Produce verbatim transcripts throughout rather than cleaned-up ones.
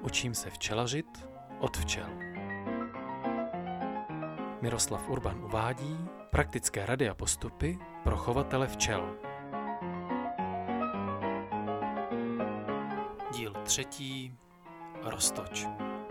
Učím se včelařit od včel. Miroslav Urban uvádí praktické rady a postupy pro chovatele včel. Díl třetí. Roztoč.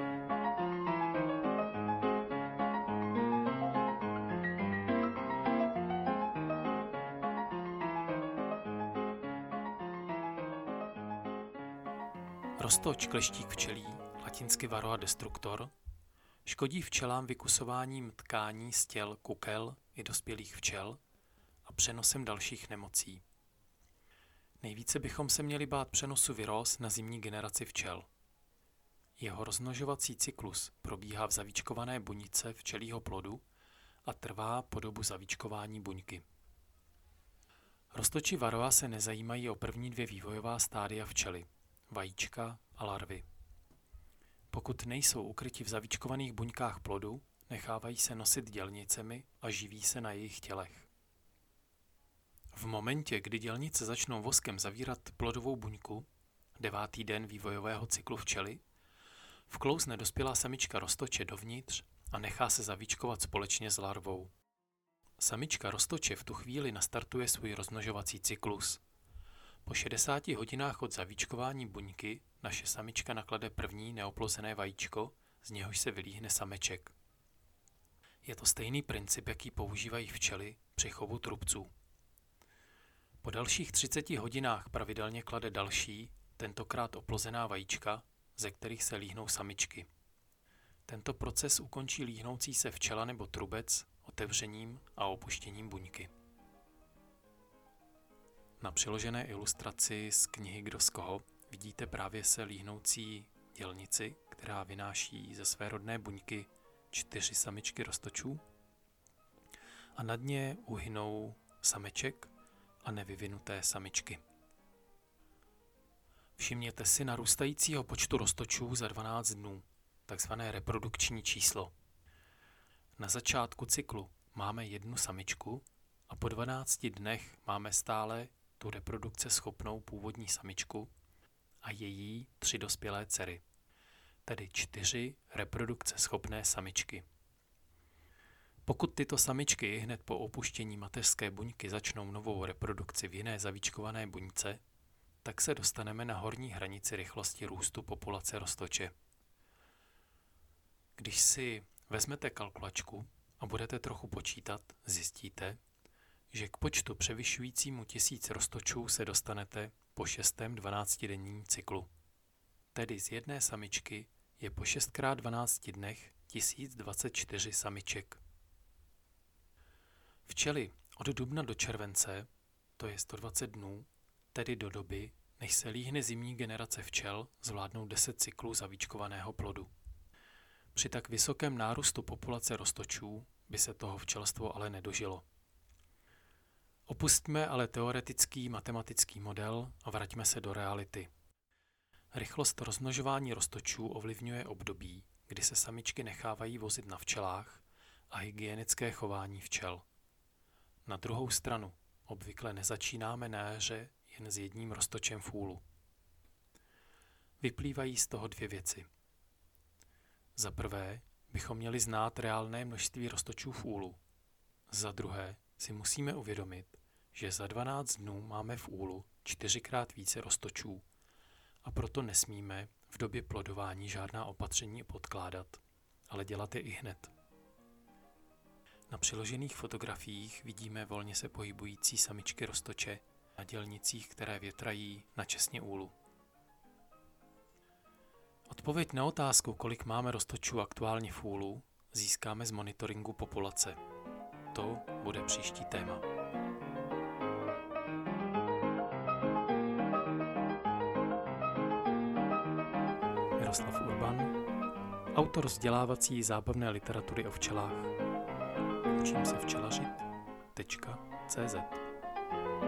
Roztoč, kleštík včelí, latinsky varroa destructor, škodí včelám vykusováním tkání z těl kukel i dospělých včel a přenosem dalších nemocí. Nejvíce bychom se měli bát přenosu viróz na zimní generaci včel. Jeho rozmnožovací cyklus probíhá v zavíčkované buňce včelího plodu a trvá po dobu zavíčkování buňky. Roztoči varroa se nezajímají o první dvě vývojová stádia včely, vajíčka a larvy. Pokud nejsou ukryti v zavíčkovaných buňkách plodu, nechávají se nosit dělnicemi a živí se na jejich tělech. V momentě, kdy dělnice začnou voskem zavírat plodovou buňku, devátý den vývojového cyklu včely, vklouzne dospělá samička roztoče dovnitř a nechá se zavíčkovat společně s larvou. Samička roztoče v tu chvíli nastartuje svůj rozmnožovací cyklus. Po šedesáti hodinách od zavíčkování buňky naše samička naklade první neoplozené vajíčko, z něhož se vylíhne sameček. Je to stejný princip, jaký používají včely při chovu trubců. Po dalších třiceti hodinách pravidelně klade další, tentokrát oplozená vajíčka, ze kterých se líhnou samičky. Tento proces ukončí líhnoucí se včela nebo trubec otevřením a opuštěním buňky. Na přiložené ilustraci z knihy Kdo z koho vidíte právě se líhnoucí dělnici, která vynáší ze své rodné buňky čtyři samičky roztočů a nad ně uhynou sameček a nevyvinuté samičky. Všimněte si narůstajícího počtu roztočů za dvanáct dnů, takzvané reprodukční číslo. Na začátku cyklu máme jednu samičku a po dvanácti dnech máme stále tu reprodukce schopnou původní samičku a její tři dospělé dcery, tedy čtyři reprodukce schopné samičky. Pokud tyto samičky hned po opuštění mateřské buňky začnou novou reprodukci v jiné zavíčkované buňce, tak se dostaneme na horní hranici rychlosti růstu populace roztoče. Když si vezmete kalkulačku a budete trochu počítat, zjistíte, že k počtu převyšujícímu tisíc roztočů se dostanete po šestém dvanáctidenním cyklu. Tedy z jedné samičky je po šest krát dvanácti dnech tisíc dvacet čtyři samiček. Včely od dubna do července, to je sto dvacet dnů, tedy do doby, než se líhne zimní generace včel, zvládnou deset cyklů zavíčkovaného plodu. Při tak vysokém nárůstu populace roztočů by se toho včelstvo ale nedožilo. Opustíme ale teoretický matematický model a vraťme se do reality. Rychlost rozmnožování roztočů ovlivňuje období, kdy se samičky nechávají vozit na včelách a hygienické chování včel. Na druhou stranu obvykle nezačínáme na jaře jen s jedním roztočem v úlu. Vyplývají z toho dvě věci. Za prvé bychom měli znát reálné množství roztočů v úlu. Za druhé si musíme uvědomit, že za dvanáct dnů máme v úlu čtyřikrát více roztočů a proto nesmíme v době plodování žádná opatření podkládat, ale dělat je i hned. Na přiložených fotografiích vidíme volně se pohybující samičky roztoče na dělnicích, které větrají na česně úlu. Odpověď na otázku, kolik máme roztočů aktuálně v úlu, získáme z monitoringu populace. To bude příští téma. Miroslav Urban, autor vzdělávací zábavné literatury o včelách. Učím se včelařit tečka cé zet